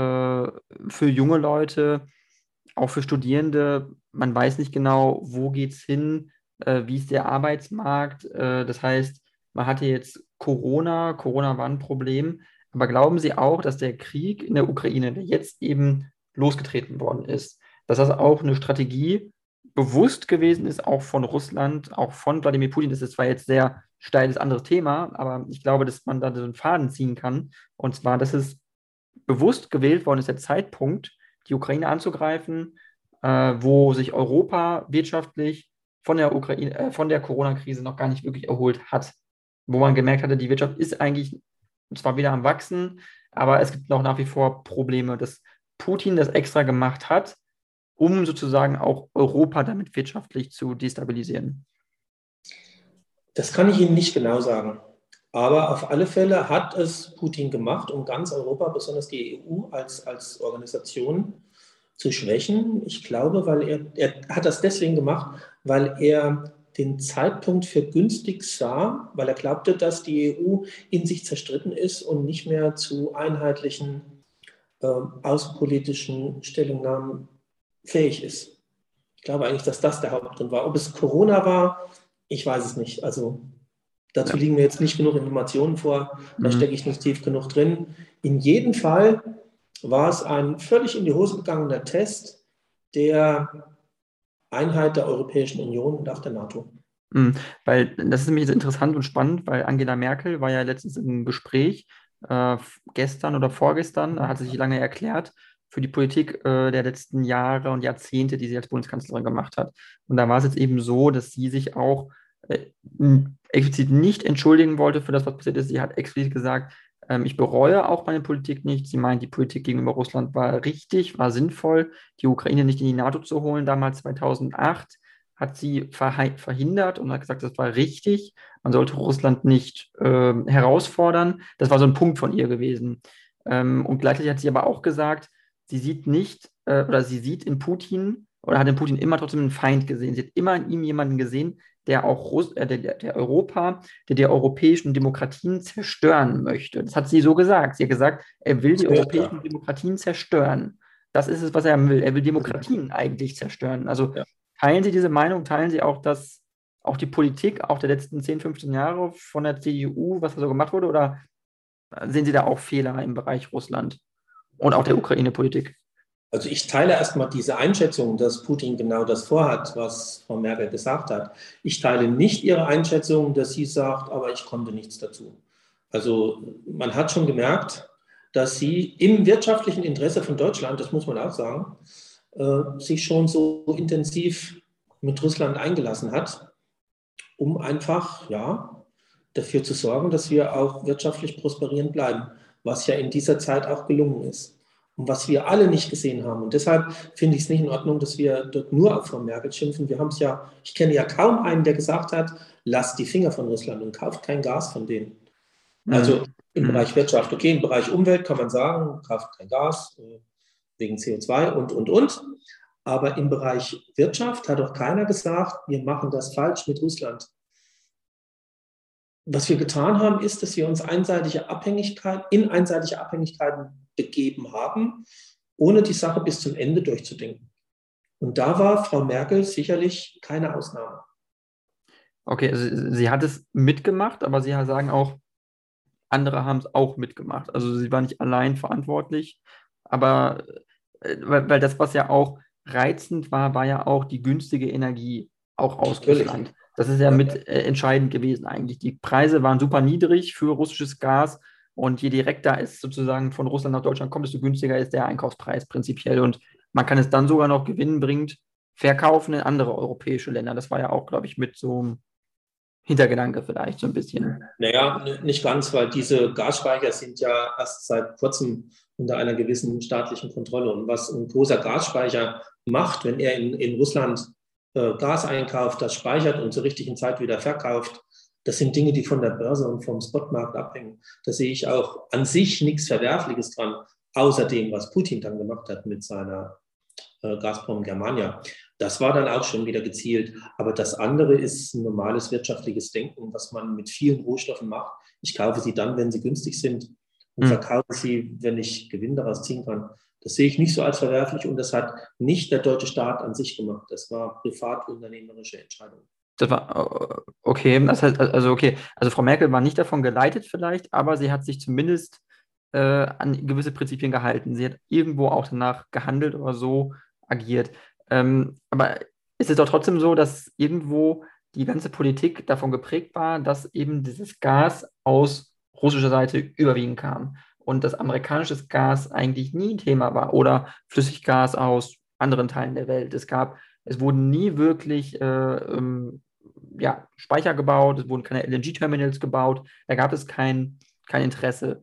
für junge Leute, auch für Studierende, man weiß nicht genau, wo geht es hin, äh, wie ist der Arbeitsmarkt. Äh, das heißt, man hatte jetzt Corona, Corona war ein Problem. Aber glauben Sie auch, dass der Krieg in der Ukraine, der jetzt eben losgetreten worden ist, dass das auch eine Strategie bewusst gewesen ist, auch von Russland, auch von Wladimir Putin? Das ist zwar jetzt sehr steiles anderes Thema, aber ich glaube, dass man da so einen Faden ziehen kann. Und zwar, dass es bewusst gewählt worden ist, der Zeitpunkt, die Ukraine anzugreifen, äh, wo sich Europa wirtschaftlich von der Ukraine, äh, von der Corona-Krise noch gar nicht wirklich erholt hat. Wo man gemerkt hatte, die Wirtschaft ist eigentlich zwar wieder am Wachsen, aber es gibt noch nach wie vor Probleme, dass Putin das extra gemacht hat, um sozusagen auch Europa damit wirtschaftlich zu destabilisieren. Das kann ich Ihnen nicht genau sagen. Aber auf alle Fälle hat es Putin gemacht, um ganz Europa, besonders die E U als, als Organisation zu schwächen. Ich glaube, weil er, er hat das deswegen gemacht, weil er den Zeitpunkt für günstig sah, weil er glaubte, dass die E U in sich zerstritten ist und nicht mehr zu einheitlichen äh, außenpolitischen Stellungnahmen fähig ist. Ich glaube eigentlich, dass das der Hauptgrund war. Ob es Corona war, ich weiß es nicht. Also dazu Ja. liegen mir jetzt nicht genug Informationen vor, da Mhm. stecke ich nicht tief genug drin. In jedem Fall war es ein völlig in die Hose gegangener Test der Einheit der Europäischen Union und auch der NATO. Mhm. Weil das ist nämlich interessant und spannend, weil Angela Merkel war ja letztens im Gespräch, äh, gestern oder vorgestern, hat sie sich lange erklärt für die Politik äh, der letzten Jahre und Jahrzehnte, die sie als Bundeskanzlerin gemacht hat. Und da war es jetzt eben so, dass sie sich auch äh, explizit nicht entschuldigen wollte für das, was passiert ist. Sie hat explizit gesagt, ähm, ich bereue auch meine Politik nicht. Sie meint, die Politik gegenüber Russland war richtig, war sinnvoll, die Ukraine nicht in die NATO zu holen, damals zweitausendacht hat sie verhindert und hat gesagt, das war richtig. Man sollte Russland nicht äh, herausfordern. Das war so ein Punkt von ihr gewesen. Ähm, und gleichzeitig hat sie aber auch gesagt, sie sieht nicht äh, oder sie sieht in Putin oder hat in Putin immer trotzdem einen Feind gesehen. Sie hat immer in ihm jemanden gesehen, der auch Russ äh, der, der Europa, der die europäischen Demokratien zerstören möchte. Das hat sie so gesagt. Sie hat gesagt, er will die europäischen Demokratien zerstören. Das ist es, was er will. Er will Demokratien eigentlich zerstören. Also Ja. teilen Sie diese Meinung, teilen Sie auch, dass auch die Politik auch der letzten zehn, fünfzehn Jahre von der C D U, was da so gemacht wurde, oder sehen Sie da auch Fehler im Bereich Russland und auch der Ukraine-Politik? Also ich teile erstmal diese Einschätzung, dass Putin genau das vorhat, was Frau Merkel gesagt hat. Ich teile nicht ihre Einschätzung, dass sie sagt, aber ich konnte nichts dazu. Also man hat schon gemerkt, dass sie im wirtschaftlichen Interesse von Deutschland, das muss man auch sagen, äh, sich schon so intensiv mit Russland eingelassen hat, um einfach, ja, dafür zu sorgen, dass wir auch wirtschaftlich prosperierend bleiben, was ja in dieser Zeit auch gelungen ist. Und was wir alle nicht gesehen haben. Und deshalb finde ich es nicht in Ordnung, dass wir dort nur auf Frau Merkel schimpfen. Wir haben es ja, ich kenne ja kaum einen, der gesagt hat, lasst die Finger von Russland und kauft kein Gas von denen. Also im Mhm. Bereich Wirtschaft, okay, im Bereich Umwelt kann man sagen, kauft kein Gas wegen C O zwei und, und, und. Aber im Bereich Wirtschaft hat doch keiner gesagt, wir machen das falsch mit Russland. Was wir getan haben, ist, dass wir uns einseitige Abhängigkeit, in einseitige Abhängigkeiten begeben haben, ohne die Sache bis zum Ende durchzudenken. Und da war Frau Merkel sicherlich keine Ausnahme. Okay, also sie hat es mitgemacht, aber Sie sagen auch, andere haben es auch mitgemacht. Also sie war nicht allein verantwortlich, aber äh, weil, weil das, was ja auch reizend war, war ja auch die günstige Energie, auch aus Natürlich. Russland. Das ist ja mit äh, entscheidend gewesen eigentlich. Die Preise waren super niedrig für russisches Gas und je direkter es sozusagen von Russland nach Deutschland kommt, desto günstiger ist der Einkaufspreis prinzipiell. Und man kann es dann sogar noch gewinnbringend verkaufen in andere europäische Länder. Das war ja auch, glaube ich, mit so einem Hintergedanke vielleicht so ein bisschen. Naja, nicht ganz, weil diese Gasspeicher sind ja erst seit kurzem unter einer gewissen staatlichen Kontrolle. Und was ein großer Gasspeicher macht, wenn er in, in Russland äh, Gas einkauft, das speichert und zur richtigen Zeit wieder verkauft, das sind Dinge, die von der Börse und vom Spotmarkt abhängen. Da sehe ich auch an sich nichts Verwerfliches dran, außer dem, was Putin dann gemacht hat mit seiner äh, Gazprom Germania. Das war dann auch schon wieder gezielt. Aber das andere ist ein normales wirtschaftliches Denken, was man mit vielen Rohstoffen macht. Ich kaufe sie dann, wenn sie günstig sind und Hm. verkaufe sie, wenn ich Gewinn daraus ziehen kann. Das sehe ich nicht so als verwerflich und das hat nicht der deutsche Staat an sich gemacht. Das war privatunternehmerische Entscheidung. Das war äh, okay, das heißt, also okay, also Frau Merkel war nicht davon geleitet vielleicht, aber sie hat sich zumindest äh, an gewisse Prinzipien gehalten. Sie hat irgendwo auch danach gehandelt oder so agiert. Ähm, aber ist es doch trotzdem so, dass irgendwo die ganze Politik davon geprägt war, dass eben dieses Gas aus russischer Seite überwiegend kam und dass amerikanisches Gas eigentlich nie ein Thema war oder Flüssiggas aus anderen Teilen der Welt. Es gab Es wurden nie wirklich äh, ähm, ja, Speicher gebaut, es wurden keine L N G-Terminals gebaut, da gab es kein, kein Interesse.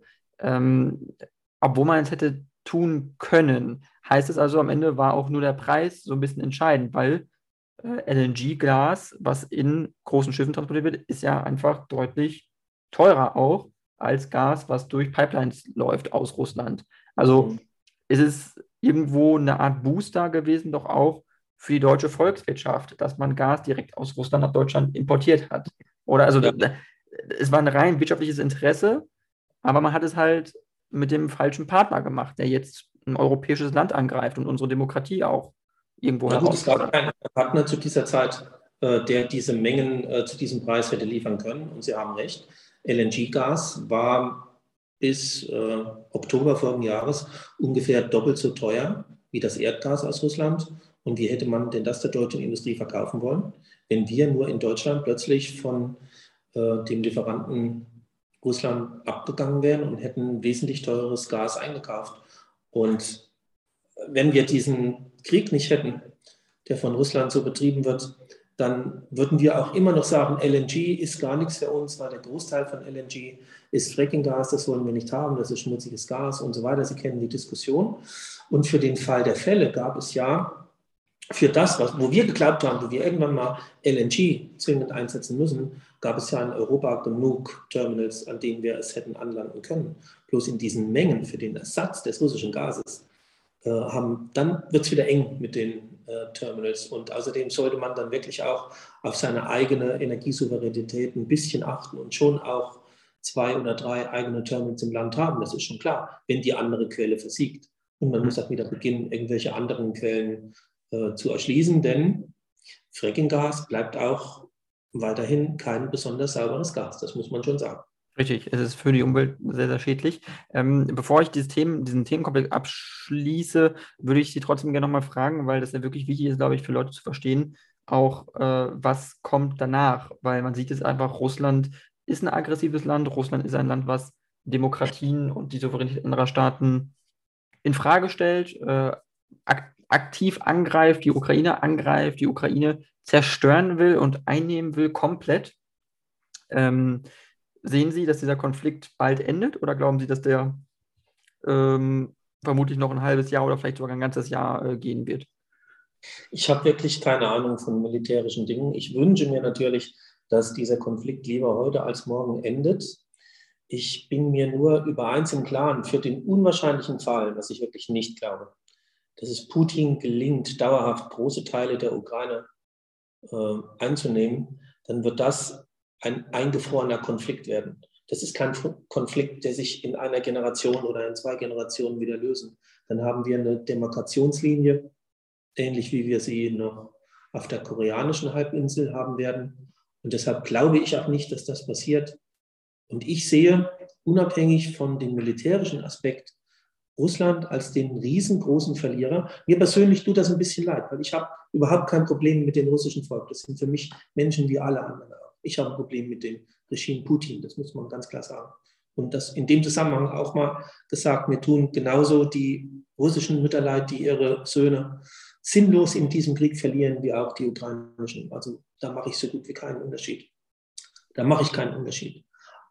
Ähm, obwohl man es hätte tun können, heißt es also, am Ende war auch nur der Preis so ein bisschen entscheidend, weil äh, L N G-Gas, was in großen Schiffen transportiert wird, ist ja einfach deutlich teurer auch als Gas, was durch Pipelines läuft aus Russland. Also Mhm. ist es irgendwo eine Art Booster gewesen, doch auch für die deutsche Volkswirtschaft, dass man Gas direkt aus Russland nach Deutschland importiert hat. Oder also Ja, es war ein rein wirtschaftliches Interesse, aber man hat es halt mit dem falschen Partner gemacht, der jetzt ein europäisches Land angreift und unsere Demokratie auch irgendwo na gut, es gab herausfordert. keinen Partner zu dieser Zeit, äh, der diese Mengen äh, zu diesem Preis hätte liefern können. Und Sie haben recht, L N G-Gas war bis äh, Oktober vorigen Jahres ungefähr doppelt so teuer wie das Erdgas aus Russland. Und wie hätte man denn das der deutschen Industrie verkaufen wollen, wenn wir nur in Deutschland plötzlich von äh, dem Lieferanten Russland abgegangen wären und hätten wesentlich teureres Gas eingekauft? Und wenn wir diesen Krieg nicht hätten, der von Russland so betrieben wird, dann würden wir auch immer noch sagen, L N G ist gar nichts für uns, weil der Großteil von L N G ist Frackinggas, das wollen wir nicht haben, das ist schmutziges Gas und so weiter. Sie kennen die Diskussion. Und für den Fall der Fälle gab es ja für das, was, wo wir geglaubt haben, wo wir irgendwann mal L N G zwingend einsetzen müssen, gab es ja in Europa genug Terminals, an denen wir es hätten anlanden können. Bloß in diesen Mengen für den Ersatz des russischen Gases äh, haben, dann wird es wieder eng mit den äh, Terminals. Und außerdem sollte man dann wirklich auch auf seine eigene Energiesouveränität ein bisschen achten und schon auch zwei oder drei eigene Terminals im Land haben. Das ist schon klar, wenn die andere Quelle versiegt. Und man muss auch wieder beginnen, irgendwelche anderen Quellen äh, zu erschließen, denn Frackinggas bleibt auch weiterhin kein besonders sauberes Gas. Das muss man schon sagen. Richtig, es ist für die Umwelt sehr, sehr schädlich. Ähm, bevor ich dieses Themen, diesen Themenkomplex abschließe, würde ich Sie trotzdem gerne nochmal fragen, weil das ja wirklich wichtig ist, glaube ich, für Leute zu verstehen, auch äh, was kommt danach. Weil man sieht es einfach, Russland ist ein aggressives Land, Russland ist ein Land, was Demokratien und die Souveränität anderer Staaten in Frage stellt, äh, ak aktiv angreift, die Ukraine angreift, die Ukraine zerstören will und einnehmen will komplett. Ähm, Sehen Sie, dass dieser Konflikt bald endet oder glauben Sie, dass der ähm, vermutlich noch ein halbes Jahr oder vielleicht sogar ein ganzes Jahr äh, gehen wird? Ich habe wirklich keine Ahnung von militärischen Dingen. Ich wünsche mir natürlich, dass dieser Konflikt lieber heute als morgen endet. Ich bin mir nur über eins im Klaren, für den unwahrscheinlichen Fall, was ich wirklich nicht glaube, dass es Putin gelingt, dauerhaft große Teile der Ukraine äh, einzunehmen, dann wird das ein eingefrorener Konflikt werden. Das ist kein Konflikt, der sich in einer Generation oder in zwei Generationen wieder lösen. Dann haben wir eine Demarkationslinie, ähnlich wie wir sie noch auf der koreanischen Halbinsel haben werden. Und deshalb glaube ich auch nicht, dass das passiert. Und ich sehe, unabhängig von dem militärischen Aspekt, Russland als den riesengroßen Verlierer. Mir persönlich tut das ein bisschen leid, weil ich habe überhaupt kein Problem mit dem russischen Volk. Das sind für mich Menschen wie alle anderen auch. Ich habe ein Problem mit dem Regime Putin, das muss man ganz klar sagen. Und das in dem Zusammenhang auch mal gesagt, mir tun genauso die russischen Mütter leid, die ihre Söhne sinnlos in diesem Krieg verlieren, wie auch die ukrainischen. Also da mache ich so gut wie keinen Unterschied. Da mache ich keinen Unterschied.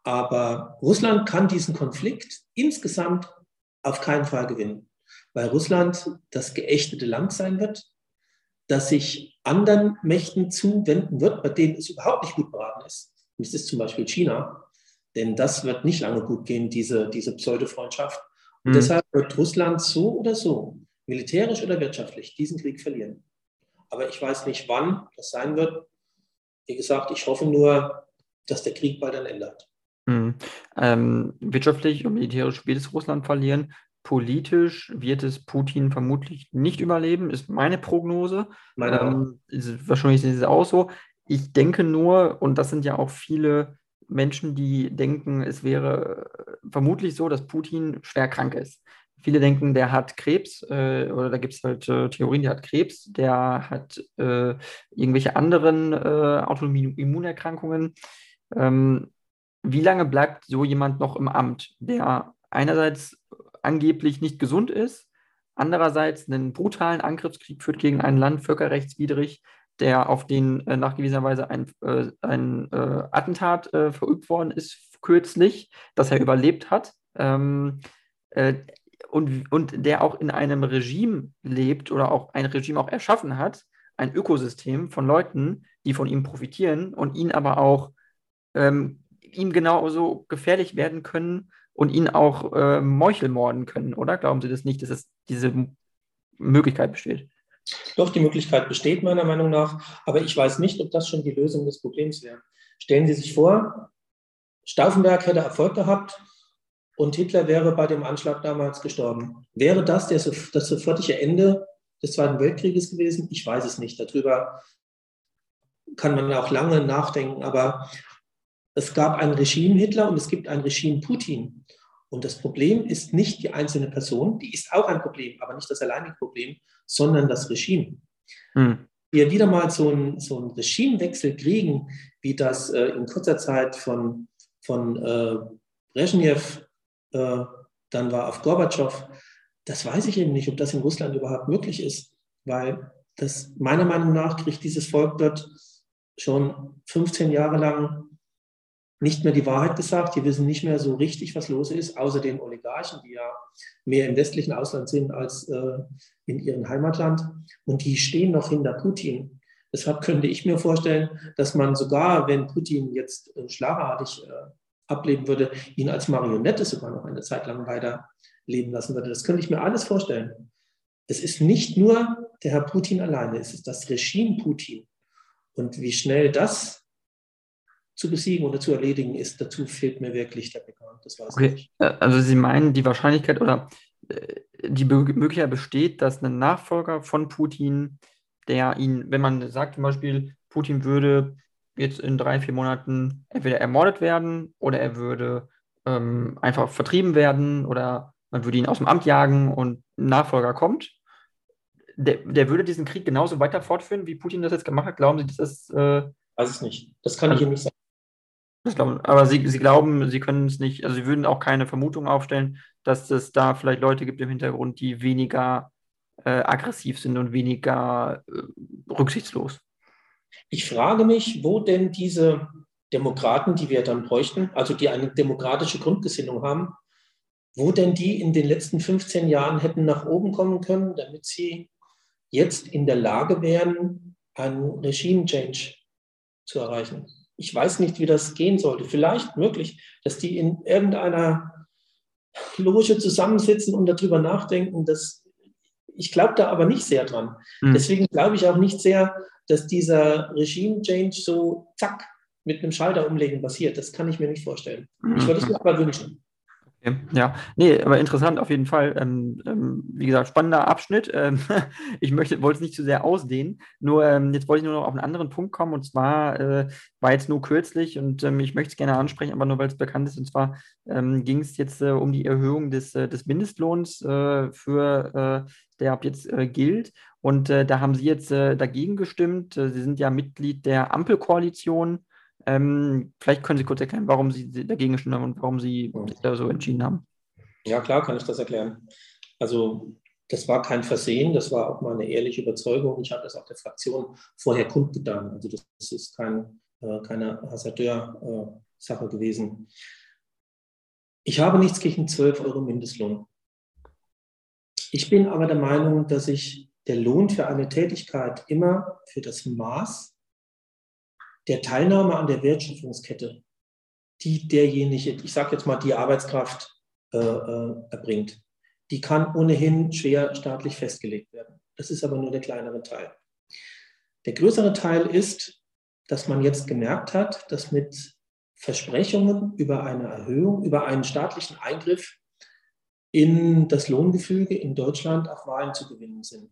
Aber Russland kann diesen Konflikt insgesamt auf keinen Fall gewinnen, weil Russland das geächtete Land sein wird, das sich anderen Mächten zuwenden wird, bei denen es überhaupt nicht gut beraten ist. Und das ist zum Beispiel China, denn das wird nicht lange gut gehen, diese, diese Pseudo-Freundschaft. Und Hm. deshalb wird Russland so oder so, militärisch oder wirtschaftlich, diesen Krieg verlieren. Aber ich weiß nicht, wann das sein wird. Wie gesagt, ich hoffe nur, dass der Krieg bald ein Ende hat. Hm. Ähm, wirtschaftlich und militärisch wird es Russland verlieren. Politisch wird es Putin vermutlich nicht überleben, ist meine Prognose. Meine auch. Ähm, ist, wahrscheinlich ist es auch so. Ich denke nur, und das sind ja auch viele Menschen, die denken, es wäre äh, vermutlich so, dass Putin schwer krank ist. Viele denken, der hat Krebs, äh, oder da gibt es halt äh, Theorien, der hat Krebs, der hat äh, irgendwelche anderen äh, Autoimmunerkrankungen. Ähm, Wie lange bleibt so jemand noch im Amt, der einerseits angeblich nicht gesund ist, andererseits einen brutalen Angriffskrieg führt gegen ein Land, völkerrechtswidrig, der auf den äh, nachgewiesenerweise ein, äh, ein äh, Attentat äh, verübt worden ist kürzlich, das er überlebt hat. Ähm, äh, und, und der auch in einem Regime lebt oder auch ein Regime auch erschaffen hat, ein Ökosystem von Leuten, die von ihm profitieren und ihn aber auch ähm, ihm genauso gefährlich werden können und ihn auch äh, meuchelmorden können, oder? Glauben Sie das nicht, dass es diese M- Möglichkeit besteht? Doch, die Möglichkeit besteht meiner Meinung nach, aber ich weiß nicht, ob das schon die Lösung des Problems wäre. Stellen Sie sich vor, Stauffenberg hätte Erfolg gehabt und Hitler wäre bei dem Anschlag damals gestorben. Wäre das der, das sofortige Ende des Zweiten Weltkrieges gewesen? Ich weiß es nicht. Darüber kann man auch lange nachdenken, aber es gab ein Regime Hitler und es gibt ein Regime Putin. Und das Problem ist nicht die einzelne Person, die ist auch ein Problem, aber nicht das alleinige Problem, sondern das Regime. Hm. Wir wieder mal so einen, so einen Regimewechsel kriegen, wie das äh, in kurzer Zeit von, von äh, Brezhnev äh, dann war auf Gorbatschow, das weiß ich eben nicht, ob das in Russland überhaupt möglich ist, weil das meiner Meinung nach kriegt dieses Volk dort schon fünfzehn Jahre lang nicht mehr die Wahrheit gesagt. Die wissen nicht mehr so richtig, was los ist, außer den Oligarchen, die ja mehr im westlichen Ausland sind als äh, in ihrem Heimatland. Und die stehen noch hinter Putin. Deshalb könnte ich mir vorstellen, dass man sogar, wenn Putin jetzt äh, schlagartig äh, ableben würde, ihn als Marionette sogar noch eine Zeit lang weiter leben lassen würde. Das könnte ich mir alles vorstellen. Es ist nicht nur der Herr Putin alleine, es ist das Regime Putin. Und wie schnell das zu besiegen oder zu erledigen ist, dazu fehlt mir wirklich der Background. Das weiß ich Okay, nicht. äh, also Sie meinen, die Wahrscheinlichkeit oder äh, die Be- Möglichkeit besteht, dass ein Nachfolger von Putin, der ihn, wenn man sagt zum Beispiel, Putin würde jetzt in drei, vier Monaten entweder ermordet werden oder er würde ähm, einfach vertrieben werden oder man würde ihn aus dem Amt jagen und ein Nachfolger kommt, der, der würde diesen Krieg genauso weiter fortführen, wie Putin das jetzt gemacht hat. Glauben Sie, dass das, äh, Weiß ich nicht. Das kann ich also Ihnen nicht sagen. das glauben, aber Sie, Sie glauben, Sie können es nicht, also Sie würden auch keine Vermutung aufstellen, dass es da vielleicht Leute gibt im Hintergrund, die weniger äh, aggressiv sind und weniger äh, rücksichtslos. Ich frage mich, wo denn diese Demokraten, die wir dann bräuchten, also die eine demokratische Grundgesinnung haben, wo denn die in den letzten fünfzehn Jahren hätten nach oben kommen können, damit sie jetzt in der Lage wären, einen Regime-Change zu erreichen. Ich weiß nicht, wie das gehen sollte. Vielleicht möglich, dass die in irgendeiner Loge zusammensitzen und darüber nachdenken. Dass, ich glaube da aber nicht sehr dran. Hm. Deswegen glaube ich auch nicht sehr, dass dieser Regime-Change so zack mit einem Schalter umlegen passiert. Das kann ich mir nicht vorstellen. Ich würde es Mhm. mir aber wünschen. Okay. Ja, nee, aber interessant auf jeden Fall. Ähm, ähm, wie gesagt, spannender Abschnitt. Ähm, ich möchte, wollte es nicht zu sehr ausdehnen. Nur ähm, jetzt wollte ich nur noch auf einen anderen Punkt kommen. Und zwar äh, war jetzt nur kürzlich und ähm, ich möchte es gerne ansprechen, aber nur weil es bekannt ist. Und zwar ähm, ging es jetzt äh, um die Erhöhung des, äh, des Mindestlohns äh, für äh, der ab jetzt äh, gilt. Und äh, da haben Sie jetzt äh, dagegen gestimmt. Äh, Sie sind ja Mitglied der Ampelkoalition. Ähm, vielleicht können Sie kurz erklären, warum Sie dagegen gestimmt haben und warum Sie sich da so entschieden haben. Ja, klar kann ich das erklären. Also das war kein Versehen, das war auch mal eine ehrliche Überzeugung. Ich habe das auch der Fraktion vorher kundgetan. Also das ist kein, äh, keine Hasardeur-Sache gewesen. Ich habe nichts gegen zwölf Euro Mindestlohn. Ich bin aber der Meinung, dass sich der Lohn für eine Tätigkeit immer für das Maß der Teilnahme an der Wertschöpfungskette, die derjenige, ich sage jetzt mal, die Arbeitskraft äh, äh, erbringt, die kann ohnehin schwer staatlich festgelegt werden. Das ist aber nur der kleinere Teil. Der größere Teil ist, dass man jetzt gemerkt hat, dass mit Versprechungen über eine Erhöhung, über einen staatlichen Eingriff in das Lohngefüge in Deutschland auch Wahlen zu gewinnen sind.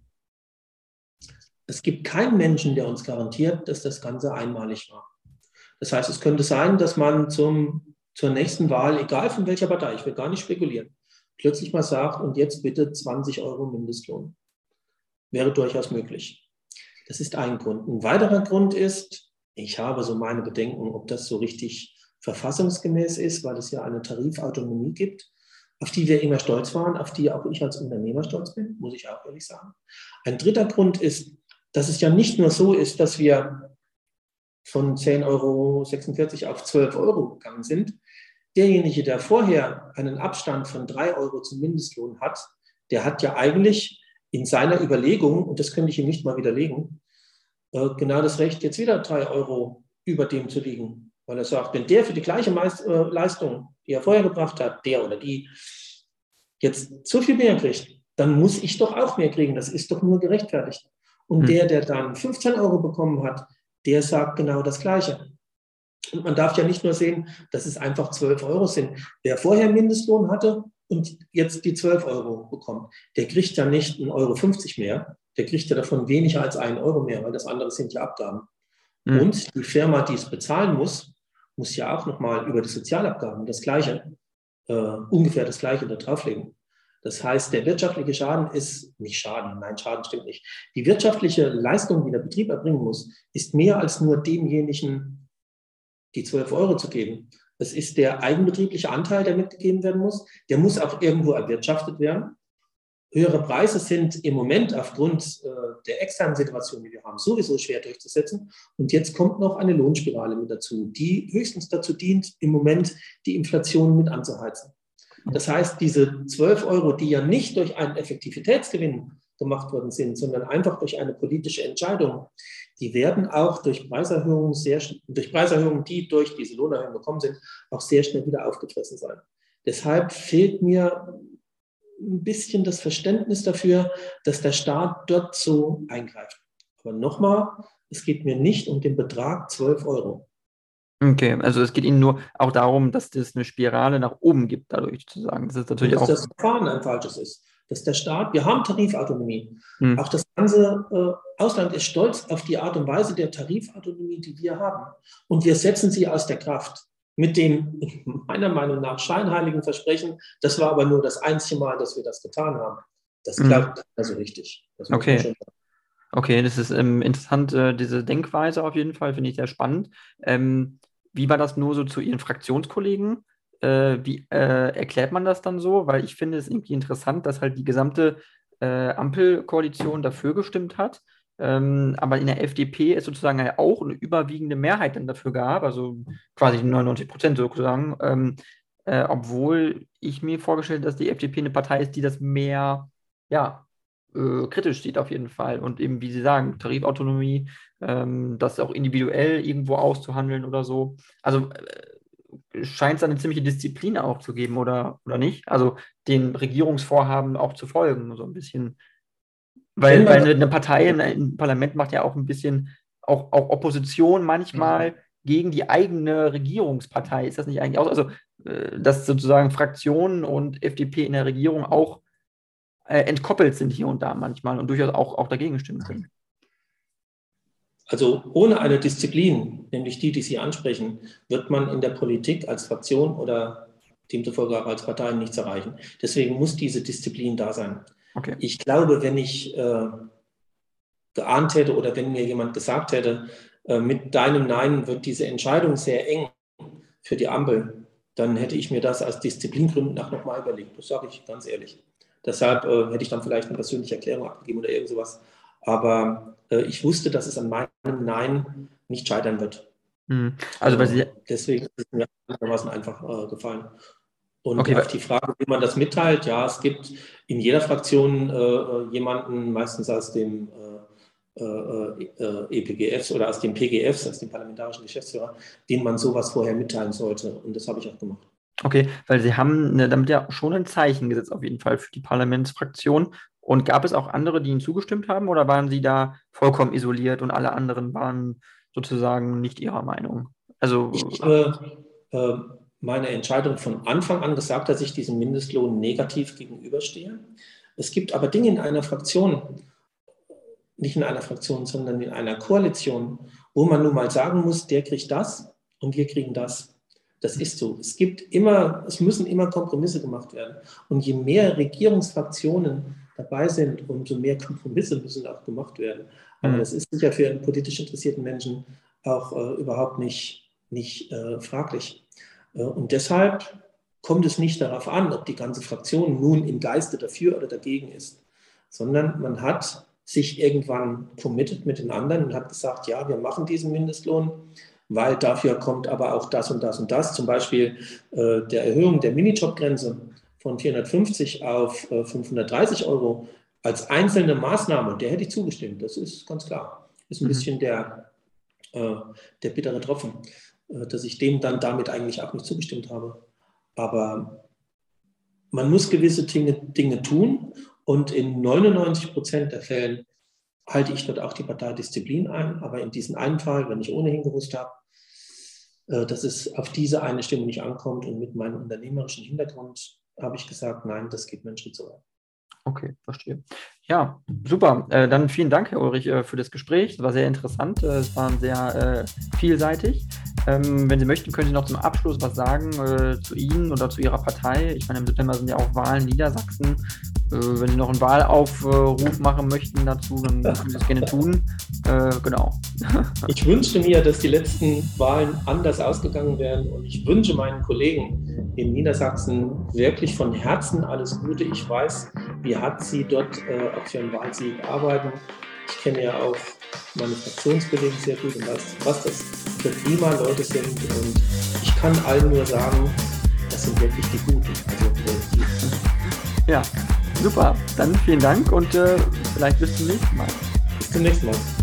Es gibt keinen Menschen, der uns garantiert, dass das Ganze einmalig war. Das heißt, es könnte sein, dass man zum, zur nächsten Wahl, egal von welcher Partei, ich will gar nicht spekulieren, plötzlich mal sagt, und jetzt bitte zwanzig Euro Mindestlohn. Wäre durchaus möglich. Das ist ein Grund. Ein weiterer Grund ist, ich habe so meine Bedenken, ob das so richtig verfassungsgemäß ist, weil es ja eine Tarifautonomie gibt. auf die wir immer stolz waren, auf die auch ich als Unternehmer stolz bin, muss ich auch ehrlich sagen. Ein dritter Grund ist, dass es ja nicht nur so ist, dass wir von zehn Euro sechsundvierzig auf zwölf Euro gegangen sind. Derjenige, der vorher einen Abstand von drei Euro zum Mindestlohn hat, der hat ja eigentlich in seiner Überlegung, und das könnte ich ihm nicht mal widerlegen, genau das Recht, jetzt wieder drei Euro über dem zu liegen. Weil er sagt, wenn der für die gleiche Leistung, die er vorher gebracht hat, der oder die, jetzt so viel mehr kriegt, dann muss ich doch auch mehr kriegen. Das ist doch nur gerechtfertigt. Und der, der dann fünfzehn Euro bekommen hat, der sagt genau das Gleiche. Und man darf ja nicht nur sehen, dass es einfach zwölf Euro sind. Wer vorher Mindestlohn hatte und jetzt die zwölf Euro bekommt, der kriegt ja nicht einen Euro fünfzig mehr, der kriegt ja davon weniger als einen Euro mehr, weil das andere sind ja Abgaben. Mhm. Und die Firma, die es bezahlen muss, muss ja auch nochmal über die Sozialabgaben das Gleiche, äh, ungefähr das Gleiche da drauflegen. Das heißt, der wirtschaftliche Schaden ist nicht Schaden, nein, Schaden stimmt nicht. Die wirtschaftliche Leistung, die der Betrieb erbringen muss, ist mehr als nur demjenigen die zwölf Euro zu geben. Das ist der eigenbetriebliche Anteil, der mitgegeben werden muss. Der muss auch irgendwo erwirtschaftet werden. Höhere Preise sind im Moment aufgrund äh, der externen Situation, die wir haben, sowieso schwer durchzusetzen. Und jetzt kommt noch eine Lohnspirale mit dazu, die höchstens dazu dient, im Moment die Inflation mit anzuheizen. Das heißt, diese zwölf Euro, die ja nicht durch einen Effektivitätsgewinn gemacht worden sind, sondern einfach durch eine politische Entscheidung, die werden auch durch Preiserhöhungen, sehr, durch Preiserhöhungen, die durch diese Lohnerhöhungen gekommen sind, auch sehr schnell wieder aufgefressen sein. Deshalb fehlt mir ein bisschen das Verständnis dafür, dass der Staat dort so eingreift. Aber nochmal, es geht mir nicht um den Betrag zwölf Euro. Okay, also es geht Ihnen nur auch darum, dass es eine Spirale nach oben gibt, dadurch zu sagen. Das ist natürlich und dass auch das Verfahren ein falsches ist. Dass der Staat, wir haben Tarifautonomie. Hm. Auch das ganze äh, Ausland ist stolz auf die Art und Weise der Tarifautonomie, die wir haben. Und wir setzen sie aus der Kraft. Mit dem, meiner Meinung nach, scheinheiligen Versprechen, das war aber nur das einzige Mal, dass wir das getan haben. Das klappt hm. also richtig. Das okay. Schon okay, das ist ähm, interessant, äh, diese Denkweise auf jeden Fall, finde ich sehr spannend. Ähm, wie war das nur so zu Ihren Fraktionskollegen? Äh, wie äh, erklärt man das dann so? Weil ich finde es irgendwie interessant, dass halt die gesamte äh, Ampelkoalition dafür gestimmt hat, ähm, aber in der F D P es sozusagen ja auch eine überwiegende Mehrheit dann dafür gab, also quasi neunundneunzig Prozent sozusagen, ähm, äh, obwohl ich mir vorgestellt habe, dass die F D P eine Partei ist, die das mehr, ja, äh, kritisch sieht auf jeden Fall. Und eben, wie Sie sagen, Tarifautonomie, ähm, das auch individuell irgendwo auszuhandeln oder so. Also äh, scheint es eine ziemliche Disziplin auch zu geben, oder, oder nicht? Also den Regierungsvorhaben auch zu folgen, so ein bisschen. Weil, weil eine, eine Partei im, im Parlament macht ja auch ein bisschen auch, auch Opposition manchmal mhm. gegen die eigene Regierungspartei. Ist das nicht eigentlich auch? Also, äh, dass sozusagen Fraktionen und F D P in der Regierung auch äh, entkoppelt sind hier und da manchmal und durchaus auch, auch dagegen stimmen können. Also ohne eine Disziplin, nämlich die, die Sie ansprechen, wird man in der Politik als Fraktion oder demzufolge auch als Partei nichts erreichen. Deswegen muss diese Disziplin da sein. Okay. Ich glaube, wenn ich äh, geahnt hätte oder wenn mir jemand gesagt hätte, äh, mit deinem Nein wird diese Entscheidung sehr eng für die Ampel, dann hätte ich mir das aus Disziplingründen auch nochmal überlegt. Das sage ich ganz ehrlich. Deshalb äh, hätte ich dann vielleicht eine persönliche Erklärung abgegeben oder irgend sowas. Aber äh, ich wusste, dass es an meinem Nein nicht scheitern wird. Hm. Also, weil Sie... Deswegen ist es mir einigermaßen einfach äh, gefallen. Und okay, auf die Frage, wie man das mitteilt, ja, es gibt in jeder Fraktion äh, jemanden, meistens aus dem äh, äh, E P G Fs oder aus dem P G Fs, aus dem parlamentarischen Geschäftsführer, den man sowas vorher mitteilen sollte. Und das habe ich auch gemacht. Okay, weil Sie haben ne, damit ja schon ein Zeichen gesetzt, auf jeden Fall für die Parlamentsfraktion. Und gab es auch andere, die Ihnen zugestimmt haben, oder waren Sie da vollkommen isoliert und alle anderen waren sozusagen nicht Ihrer Meinung? Also ich habe äh, meine Entscheidung von Anfang an gesagt, dass ich diesem Mindestlohn negativ gegenüberstehe. Es gibt aber Dinge in einer Fraktion, nicht in einer Fraktion, sondern in einer Koalition, wo man nun mal sagen muss, der kriegt das und wir kriegen das. Das ist so. Es gibt immer, es müssen immer Kompromisse gemacht werden. Und je mehr Regierungsfraktionen dabei sind, umso mehr Kompromisse müssen auch gemacht werden. Aber mhm. das ist sicher für einen politisch interessierten Menschen auch äh, überhaupt nicht, nicht äh, fraglich. Äh, und deshalb kommt es nicht darauf an, ob die ganze Fraktion nun im Geiste dafür oder dagegen ist, sondern man hat sich irgendwann committed mit den anderen und hat gesagt, ja, wir machen diesen Mindestlohn, weil dafür kommt aber auch das und das und das, zum Beispiel äh, der Erhöhung der Minijobgrenze von vierhundertfünfzig auf äh, fünfhundertdreißig Euro als einzelne Maßnahme, der hätte ich zugestimmt, das ist ganz klar. Ist ein mhm. bisschen der, äh, der bittere Tropfen, äh, dass ich dem dann damit eigentlich auch nicht zugestimmt habe. Aber man muss gewisse Dinge, Dinge tun und in neunundneunzig Prozent der Fällen halte ich dort auch die Parteidisziplin ein. Aber in diesem einen Fall, wenn ich ohnehin gewusst habe, dass es auf diese eine Stimme nicht ankommt und mit meinem unternehmerischen Hintergrund habe ich gesagt, nein, das geht mir einen Schritt zu weit. Okay, verstehe. Ja, super. Äh, dann vielen Dank, Herr Ulrich, äh, für das Gespräch. Es war sehr interessant. Äh, es war sehr äh, vielseitig. Ähm, wenn Sie möchten, können Sie noch zum Abschluss was sagen äh, zu Ihnen oder zu Ihrer Partei. Ich meine, im September sind ja auch Wahlen in Niedersachsen. Äh, wenn Sie noch einen Wahlaufruf machen möchten dazu, dann können Sie das gerne tun. Äh, genau. Ich wünschte mir, dass die letzten Wahlen anders ausgegangen wären und ich wünsche meinen Kollegen in Niedersachsen wirklich von Herzen alles Gute. Ich weiß, wie hart Sie dort äh, auch für einen Wahlsieg arbeiten. Ich kenne ja auch meine Fraktionskollegen sehr gut und weiß, was das für Klimaleute sind. Und ich kann allen nur sagen, das sind wirklich die Guten. Also die. Ja, super. Dann vielen Dank und äh, vielleicht bis zum nächsten Mal. Bis zum nächsten Mal.